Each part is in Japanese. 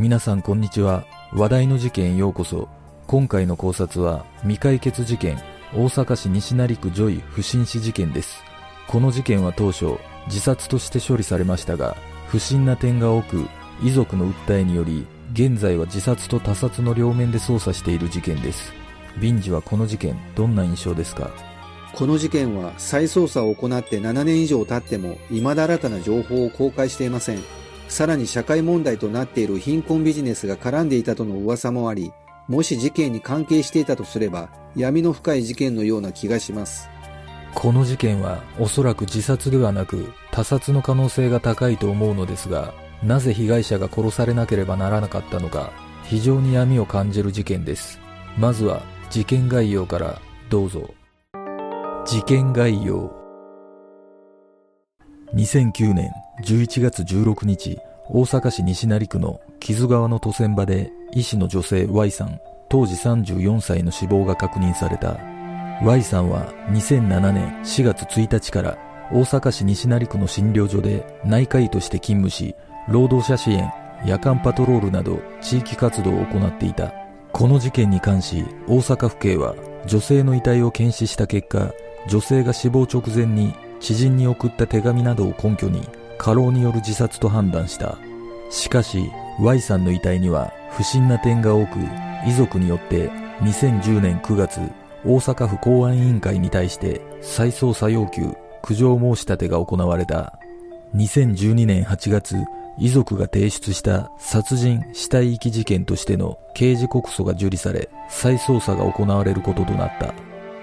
皆さんこんにちは。話題の事件へようこそ。今回の考察は未解決事件、大阪市西成区女医不審死事件です。この事件は当初自殺として処理されましたが、不審な点が多く、遺族の訴えにより現在は自殺と他殺の両面で捜査している事件です。ビンジはこの事件どんな印象ですか？ この事件は再捜査を行って7年以上経っても未だ新たな情報を公開していません。さらに社会問題となっている貧困ビジネスが絡んでいたとの噂もあり、もし事件に関係していたとすれば闇の深い事件のような気がします。 この事件はおそらく自殺ではなく他殺の可能性が高いと思うのですが、なぜ被害者が殺されなければならなかったのか、非常に闇を感じる事件です。まずは事件概要からどうぞ。事件概要。2009年11月16日、大阪市西成区の木津川の渡船場で医師の女性 Y さん、当時34歳の死亡が確認された。Y さんは2007年4月1日から大阪市西成区の診療所で内科医として勤務し、労働者支援、夜間パトロールなど地域活動を行っていた。この事件に関し大阪府警は女性の遺体を検視した結果、女性が死亡直前に知人に送った手紙などを根拠に過労による自殺と判断した。しかし Y さんの遺体には不審な点が多く、遺族によって2010年9月大阪府公安委員会に対して再捜査要求、苦情申し立てが行われた。2012年8月、遺族が提出した殺人死体遺棄事件としての刑事告訴が受理され、再捜査が行われることとなった。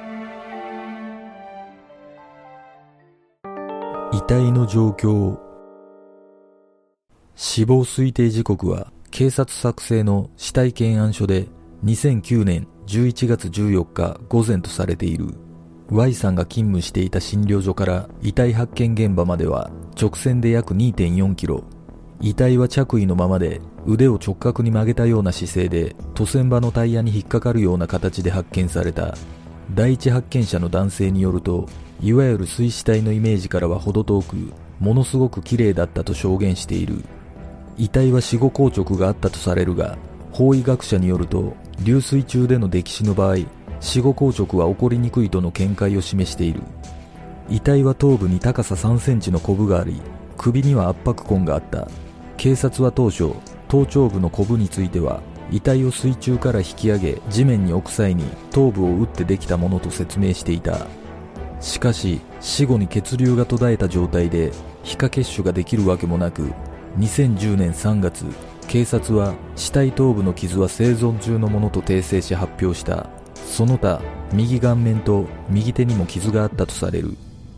遺体の状況。死亡推定時刻は警察作成の死体検案書で2009年11月14日午前とされている。Y さんが勤務していた診療所から遺体発見現場までは直線で約 2.4 キロ。遺体は着衣のままで腕を直角に曲げたような姿勢で渡船場のタイヤに引っかかるような形で発見された。第一発見者の男性によると、いわゆる水死体のイメージからは程遠く、ものすごく綺麗だったと証言している。遺体は死後硬直があったとされるが、法医学者によると流水中での溺死の場合、死後硬直は起こりにくいとの見解を示している。遺体は頭部に高さ3センチのコブがあり、首には圧迫痕があった。警察は当初、頭頂部のコブについては遺体を水中から引き上げ地面に置く際に頭部を打ってできたものと説明していた。しかし死後に血流が途絶えた状態で皮下血腫ができるわけもなく、2010年3月、警察は死体頭部の傷は生存中のものと訂正し発表した。その他右顔面と右手にも傷があったとされる。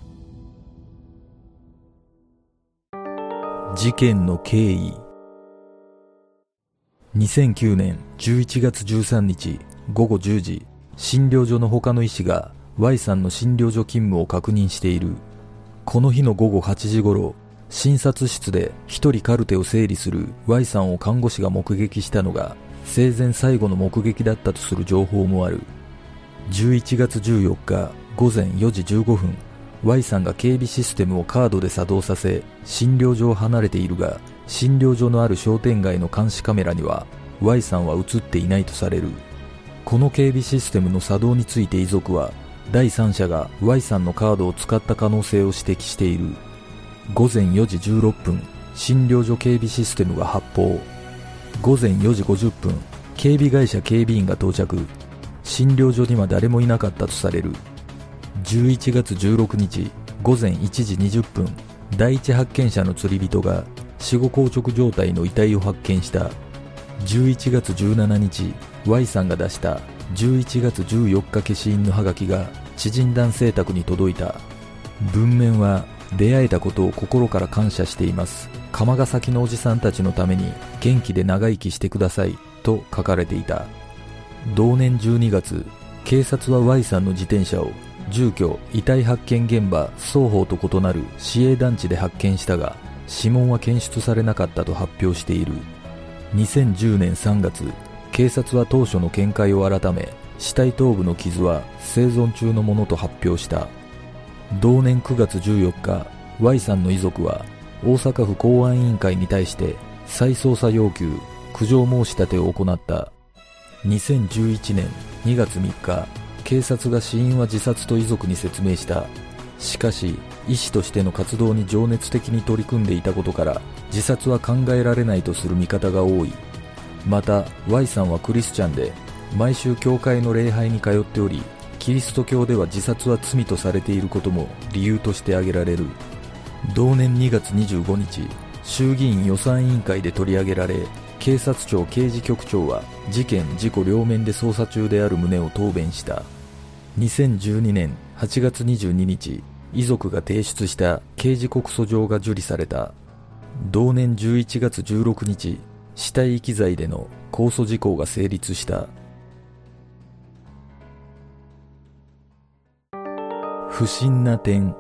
事件の経緯。2009年11月13日午後10時、診療所の他の医師が Y さんの診療所勤務を確認している。この日の午後8時頃、診察室で一人カルテを整理する Y さんを看護師が目撃したのが生前最後の目撃だったとする情報もある。11月14日午前4時15分、Y さんが警備システムをカードで作動させ診療所を離れているが、診療所のある商店街の監視カメラには Y さんは映っていないとされる。この警備システムの作動について遺族は、第三者が Y さんのカードを使った可能性を指摘している。午前4時16分、診療所警備システムが発報。午前4時50分、警備会社警備員が到着。診療所には誰もいなかったとされる。11月16日午前1時20分、第一発見者の釣り人が死後硬直状態の遺体を発見した。11月17日、Y さんが出した11月14日消印のハガキが知人男性宅に届いた。文面は、出会えたことを心から感謝しています。釜ヶ崎のおじさんたちのために元気で長生きしてくださいと書かれていた。同年12月、警察は Y さんの自転車を住居、遺体発見現場双方と異なる市営団地で発見したが、指紋は検出されなかったと発表している。2010年3月、警察は当初の見解を改め、死体頭部の傷は生存中のものと発表した。同年9月14日、Y さんの遺族は大阪府公安委員会に対して再捜査要求、苦苦情申し立てを行った。2011年2月3日、警察が死因は自殺と遺族に説明した。しかし、医師としての活動に情熱的に取り組んでいたことから自殺は考えられないとする見方が多い。また Y さんはクリスチャンで毎週教会の礼拝に通っており、キリスト教では自殺は罪とされていることも理由として挙げられる。同年2月25日、衆議院予算委員会で取り上げられ、警察庁刑事局長は事件・事故両面で捜査中である旨を答弁した。2012年8月22日、遺族が提出した刑事告訴状が受理された。同年11月16日、死体遺棄罪での公訴事項が成立した。不審な点。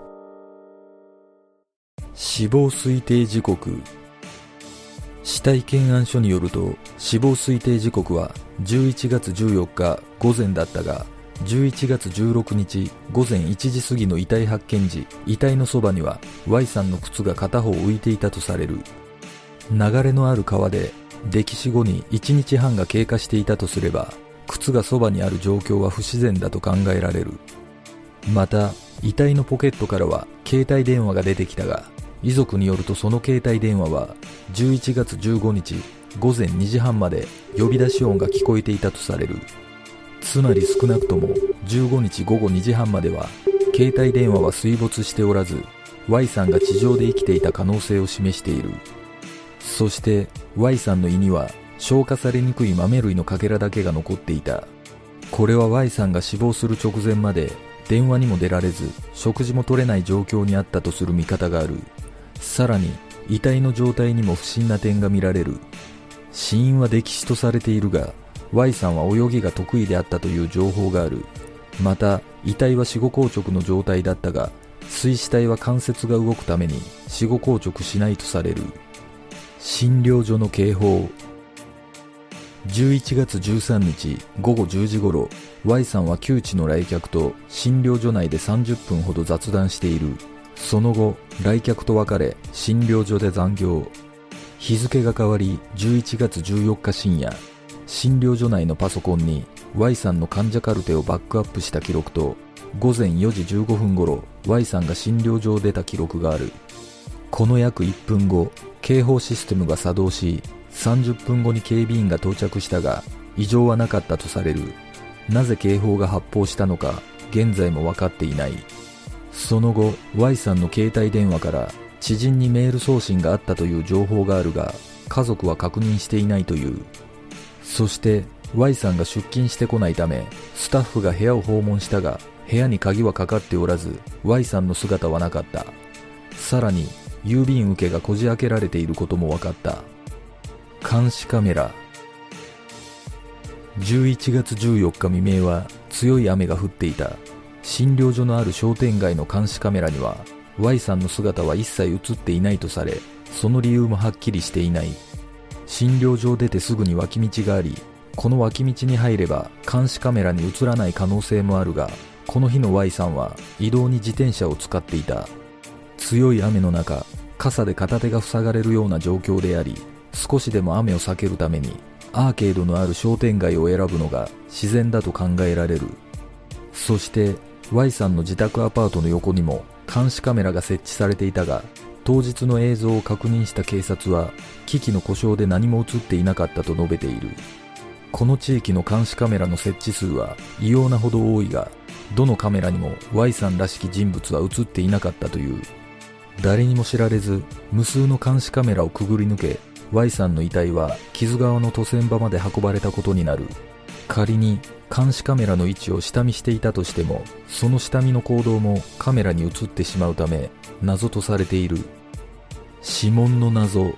死亡推定時刻。死体検案書によると、死亡推定時刻は11月14日午前だったが、11月16日午前1時過ぎの遺体発見時、遺体のそばには Y さんの靴が片方浮いていたとされる。流れのある川で溺死後に1日半が経過していたとすれば、靴がそばにある状況は不自然だと考えられる。また、遺体のポケットからは携帯電話が出てきたが、遺族によるとその携帯電話は11月15日午前2時半まで呼び出し音が聞こえていたとされる。つまり少なくとも15日午後2時半までは携帯電話は水没しておらず、 Y さんが地上で生きていた可能性を示している。そして Y さんの胃には消化されにくい豆類のかけらだけが残っていた。これは Y さんが死亡する直前まで電話にも出られず食事も取れない状況にあったとする見方がある。さらに遺体の状態にも不審な点が見られる。死因は溺死とされているが、 Y さんは泳ぎが得意であったという情報がある。また遺体は死後硬直の状態だったが、水死体は関節が動くために死後硬直しないとされる。診療所の警報。11月13日午後10時頃、 Y さんは旧知の来客と診療所内で30分ほど雑談している。その後、来客と別れ診療所で残業。日付が変わり11月14日深夜、診療所内のパソコンに Y さんの患者カルテをバックアップした記録と、午前4時15分頃 Y さんが診療所を出た記録がある。この約1分後、警報システムが作動し、30分後に警備員が到着したが異常はなかったとされる。なぜ警報が発報したのか現在も分かっていない。その後 Y さんの携帯電話から知人にメール送信があったという情報があるが、家族は確認していないという。そして Y さんが出勤してこないためスタッフが部屋を訪問したが、部屋に鍵はかかっておらず Y さんの姿はなかった。さらに郵便受けがこじ開けられていることも分かった。監視カメラ。11月14日未明は強い雨が降っていた。診療所のある商店街の監視カメラには Y さんの姿は一切映っていないとされ、その理由もはっきりしていない。診療所を出てすぐに脇道があり、この脇道に入れば監視カメラに映らない可能性もあるが、この日の Y さんは移動に自転車を使っていた。強い雨の中、傘で片手が塞がれるような状況であり、少しでも雨を避けるためにアーケードのある商店街を選ぶのが自然だと考えられる。そして Y さんの自宅アパートの横にも監視カメラが設置されていたが、当日の映像を確認した警察は機器の故障で何も映っていなかったと述べている。この地域の監視カメラの設置数は異様なほど多いが、どのカメラにも Y さんらしき人物は映っていなかったという。誰にも知られず無数の監視カメラをくぐり抜け、Y さんの遺体は木津川の渡船場まで運ばれたことになる。仮に監視カメラの位置を下見していたとしても、その下見の行動もカメラに映ってしまうため謎とされている。指紋の謎。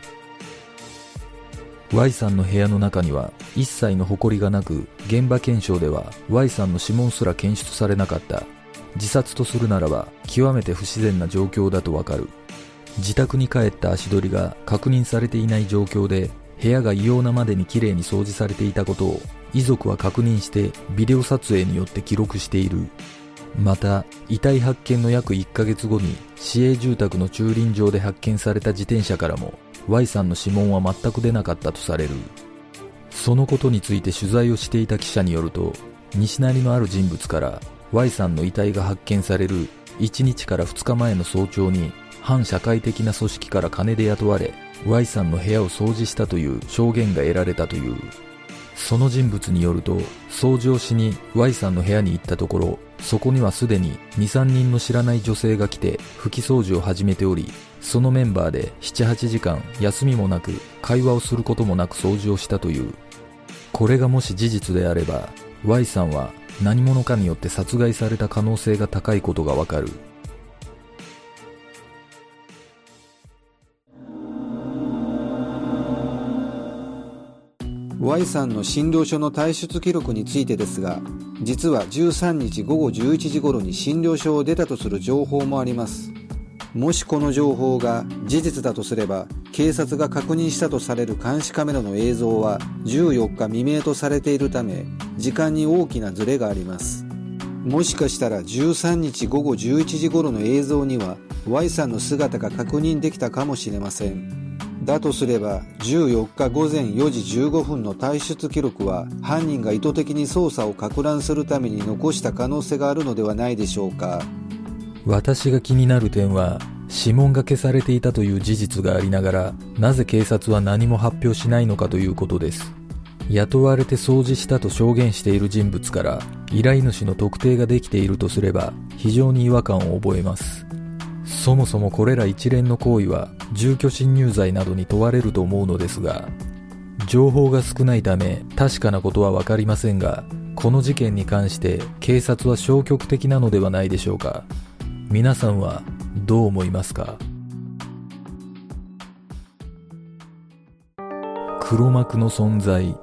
Y さんの部屋の中には一切の埃がなく、現場検証では Y さんの指紋すら検出されなかった。自殺とするならば極めて不自然な状況だとわかる。自宅に帰った足取りが確認されていない状況で、部屋が異様なまでにきれいに掃除されていたことを遺族は確認してビデオ撮影によって記録している。また遺体発見の約1ヶ月後に市営住宅の駐輪場で発見された自転車からも Y さんの指紋は全く出なかったとされる。 そのことについて取材をしていた記者によると、西成のある人物から Y さんの遺体が発見される1日から2日前の早朝に反社会的な組織から金で雇われ Y さんの部屋を掃除したという証言が得られたという。その人物によると、掃除をしに Y さんの部屋に行ったところ、そこにはすでに 2,3 人の知らない女性が来て拭き掃除を始めており、そのメンバーで 7,8 時間休みもなく会話をすることもなく掃除をしたという。これがもし事実であれば、 Y さんは何者かによって殺害された可能性が高いことがわかる。 Y さんの診療所の退出記録についてですが、実は13日午後11時頃に診療所を出たとする情報もあります。もしこの情報が事実だとすれば、警察が確認したとされる監視カメラの映像は14日未明とされているため、時間に大きなズレがあります。もしかしたら13日午後11時頃の映像には Y さんの姿が確認できたかもしれません。だとすれば14日午前4時15分の退出記録は犯人が意図的に捜査を攪乱するために残した可能性があるのではないでしょうか。 私が気になる点は、指紋が消されていたという事実がありながら、なぜ警察は何も発表しないのかということです。雇われて掃除したと証言している人物から依頼主の特定ができているとすれば、非常に違和感を覚えます。そもそもこれら一連の行為は住居侵入罪などに問われると思うのですが、情報が少ないため確かなことはわかりませんが、この事件に関して警察は消極的なのではないでしょうか。皆さんはどう思いますか？黒幕の存在。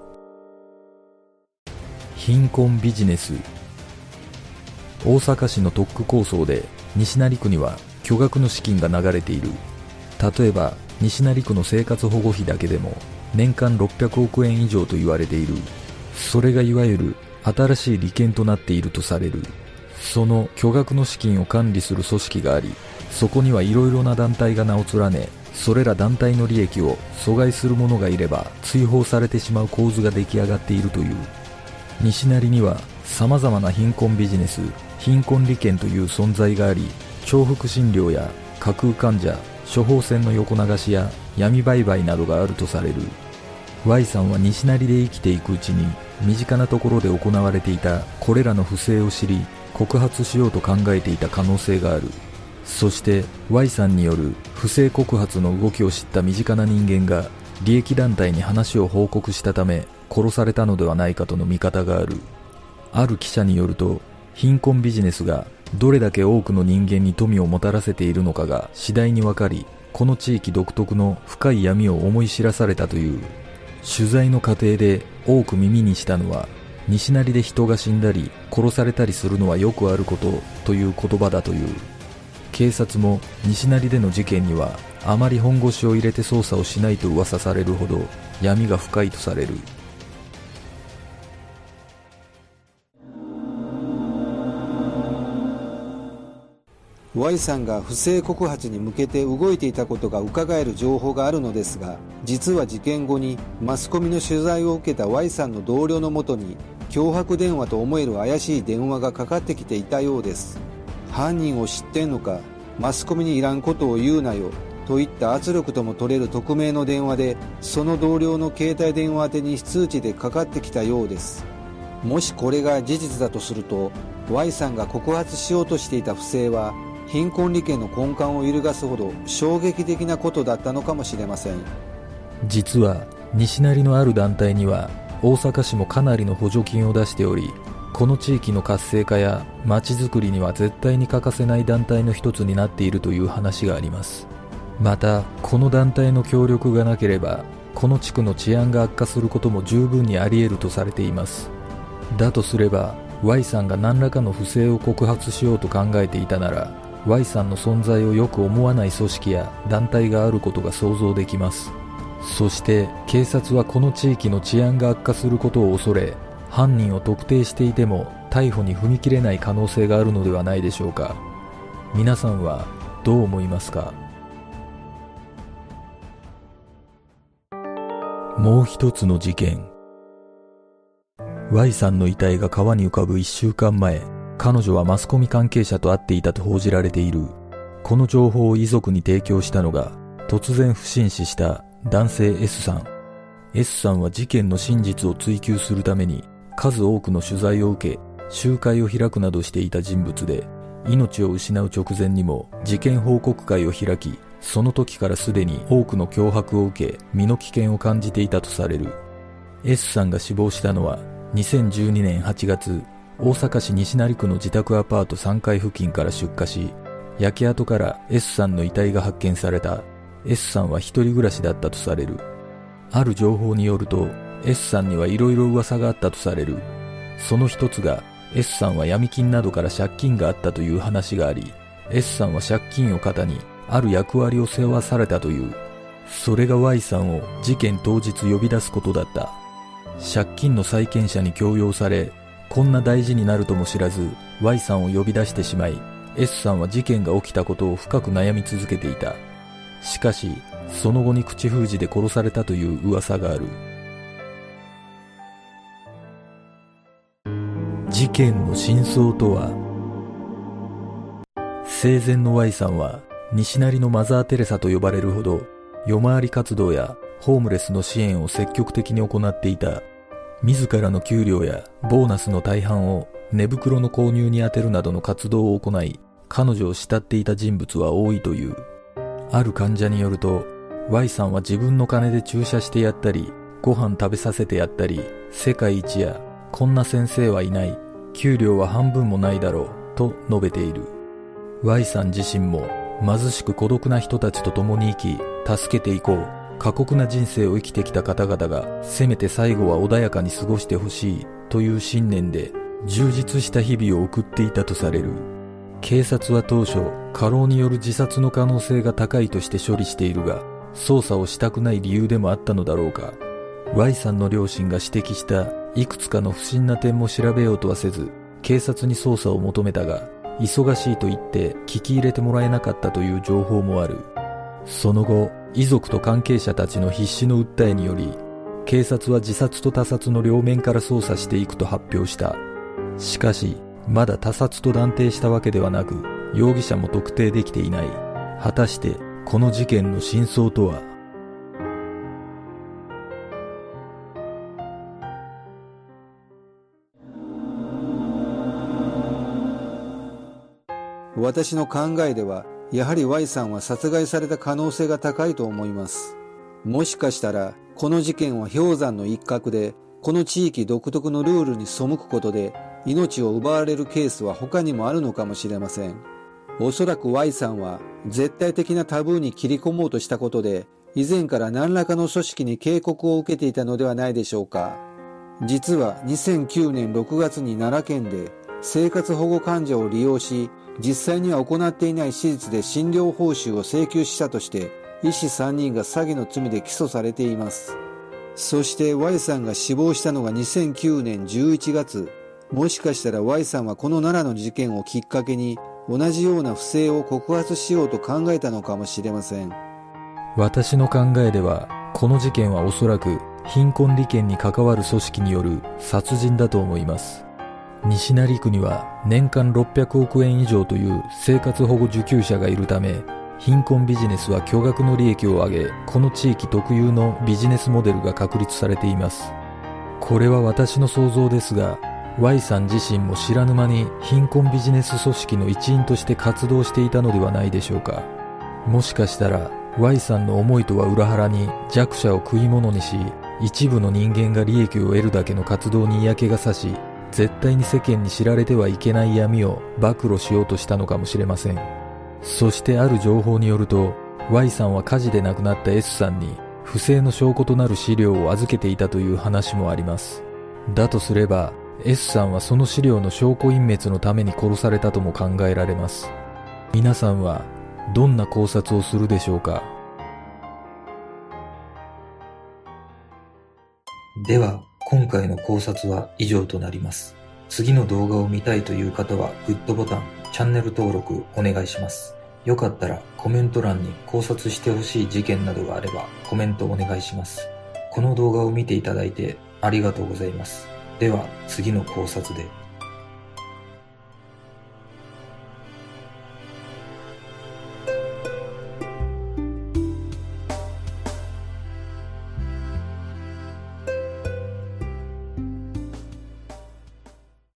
貧困ビジネス。大阪市の特区構想で西成区には巨額の資金が流れている。例えば西成区の生活保護費だけでも年間600億円以上と言われている。それがいわゆる新しい利権となっているとされる。その巨額の資金を管理する組織があり、そこにはいろいろな団体が名を連ね、それら団体の利益を阻害する者がいれば追放されてしまう構図が出来上がっているという。西成には様々な貧困ビジネス、貧困利権という存在があり、重複診療や架空患者、処方箋の横流しや闇売買などがあるとされる。Y さんは西成で生きていくうちに身近なところで行われていたこれらの不正を知り、告発しようと考えていた可能性がある。そして Y さんによる不正告発の動きを知った身近な人間が利益団体に話を報告したため殺されたのではないかとの見方がある。ある記者によると、貧困ビジネスがどれだけ多くの人間に富をもたらせているのかが次第に分かり、この地域独特の深い闇を思い知らされたという。取材の過程で多く耳にしたのは、西成で人が死んだり殺されたりするのはよくあることという言葉だという。警察も西成での事件にはあまり本腰を入れて捜査をしないと噂されるほど闇が深いとされる。 Y さんが不正告発に向けて動いていたことが伺える情報があるのですが、実は事件後にマスコミの取材を受けた Y さんの同僚のもとに脅迫電話と思える怪しい電話がかかってきていたようです。犯人を知ってんのか、マスコミにいらんことを言うなよといった圧力とも取れる匿名の電話で、その同僚の携帯電話宛てに非通知でかかってきたようです。もしこれが事実だとすると、 Y さんが告発しようとしていた不正は貧困利権の根幹を揺るがすほど衝撃的なことだったのかもしれません。 実は西成のある団体には大阪市もかなりの補助金を出しており、この地域の活性化や街づくりには絶対に欠かせない団体の一つになっているという話があります。またこの団体の協力がなければこの地区の治安が悪化することも十分にあり得るとされています。だとすれば Y さんが何らかの不正を告発しようと考えていたなら、 Y さんの存在をよく思わない組織や団体があることが想像できます。そして警察はこの地域の治安が悪化することを恐れ、犯人を特定していても逮捕に踏み切れない可能性があるのではないでしょうか。皆さんはどう思いますか？もう一つの事件。 Y さんの遺体が川に浮かぶ1週間前、彼女はマスコミ関係者と会っていたと報じられている。この情報を遺族に提供したのが、突然不審死した男性 S さん。S さんは事件の真実を追求するために、数多くの取材を受け、集会を開くなどしていた人物で、命を失う直前にも事件報告会を開き、その時からすでに多くの脅迫を受け、身の危険を感じていたとされる。S さんが死亡したのは、2012年8月、大阪市西成区の自宅アパート3階付近から出火し、焼け跡から S さんの遺体が発見された。S さんは一人暮らしだったとされる。ある情報によると、S さんにはいろいろ噂があったとされる。その一つが、S さんは闇金などから借金があったという話があり、S さんは借金を肩に、ある役割を背負わされたという。それが Y さんを事件当日呼び出すことだった。借金の債権者に強要され、こんな大事になるとも知らず Y さんを呼び出してしまい、 S さんは事件が起きたことを深く悩み続けていた。しかしその後に口封じで殺されたという噂がある。事件の真相とは。生前の Y さんは西成のマザー・テレサと呼ばれるほど夜回り活動やホームレスの支援を積極的に行っていた。自らの給料やボーナスの大半を寝袋の購入に充てるなどの活動を行い、彼女を慕っていた人物は多いという。ある患者によると、Y さんは自分の金で注射してやったり、ご飯食べさせてやったり、世界一やこんな先生はいない、給料は半分もないだろうと述べている。Y さん自身も貧しく孤独な人たちと共に生き、助けていこう、過酷な人生を生きてきた方々がせめて最後は穏やかに過ごしてほしいという信念で充実した日々を送っていたとされる。警察は当初、過労による自殺の可能性が高いとして処理しているが、捜査をしたくない理由でもあったのだろうか。Y さんの両親が指摘したいくつかの不審な点も調べようとはせず、警察に捜査を求めたが、忙しいと言って聞き入れてもらえなかったという情報もある。その後、遺族と関係者たちの必死の訴えにより、警察は自殺と他殺の両面から捜査していくと発表した。しかし、まだ他殺と断定したわけではなく、容疑者も特定できていない。果たして、この事件の真相とは。 私の考えでは、やはり Y さんは殺害された可能性が高いと思います。もしかしたら、この事件は氷山の一角で、この地域独特のルールに背くことで、命を奪われるケースは他にもあるのかもしれません。おそらく Y さんは、絶対的なタブーに切り込もうとしたことで、以前から何らかの組織に警告を受けていたのではないでしょうか。実は2009年6月に奈良県で、生活保護患者を利用し、実際には行っていない手術で診療報酬を請求したとして、医師3人が詐欺の罪で起訴されています。そして Y さんが死亡したのが2009年11月。もしかしたら Y さんはこの奈良の事件をきっかけに、同じような不正を告発しようと考えたのかもしれません。 私の考えでは、この事件はおそらく貧困利権に関わる組織による殺人だと思います。西成区には年間600億円以上という生活保護受給者がいるため、貧困ビジネスは巨額の利益を上げ、この地域特有のビジネスモデルが確立されています。これは私の想像ですが、Y さん自身も知らぬ間に貧困ビジネス組織の一員として活動していたのではないでしょうか。もしかしたら Y さんの思いとは裏腹に弱者を食い物にし、一部の人間が利益を得るだけの活動に嫌気がさし、絶対に世間に知られてはいけない闇を暴露しようとしたのかもしれません。そしてある情報によると、Y さんは火事で亡くなった S さんに不正の証拠となる資料を預けていたという話もあります。だとすれば S さんはその資料の証拠隠滅のために殺されたとも考えられます。皆さんはどんな考察をするでしょうか。 では今回の考察は以上となります。次の動画を見たいという方はグッドボタン、チャンネル登録お願いします。よかったらコメント欄に考察してほしい事件などがあればコメントお願いします。この動画を見ていただいてありがとうございます。 では次の考察で。